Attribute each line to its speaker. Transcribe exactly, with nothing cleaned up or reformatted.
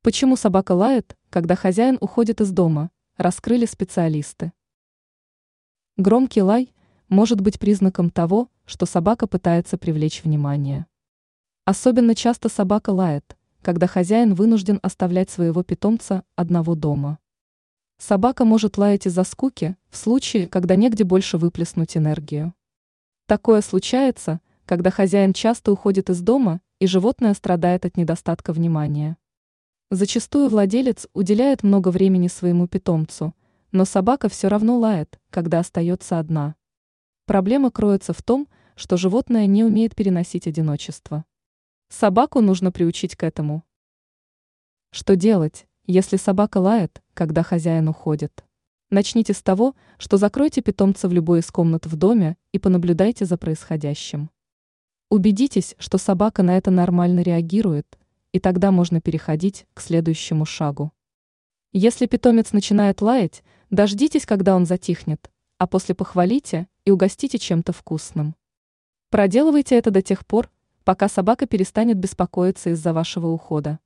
Speaker 1: Почему собака лает, когда хозяин уходит из дома, раскрыли специалисты. Громкий лай может быть признаком того, что собака пытается привлечь внимание. Особенно часто собака лает, когда хозяин вынужден оставлять своего питомца одного дома. Собака может лаять из-за скуки в случае, когда негде больше выплеснуть энергию. Такое случается, когда хозяин часто уходит из дома, и животное страдает от недостатка внимания. Зачастую владелец уделяет много времени своему питомцу, но собака все равно лает, когда остается одна. Проблема кроется в том, что животное не умеет переносить одиночество. Собаку нужно приучить к этому. Что делать, если собака лает, когда хозяин уходит? Начните с того, что закройте питомца в любой из комнат в доме и понаблюдайте за происходящим. Убедитесь, что собака на это нормально реагирует, и тогда можно переходить к следующему шагу. Если питомец начинает лаять, дождитесь, когда он затихнет, а после похвалите и угостите чем-то вкусным. Проделывайте это до тех пор, пока собака перестанет беспокоиться из-за вашего ухода.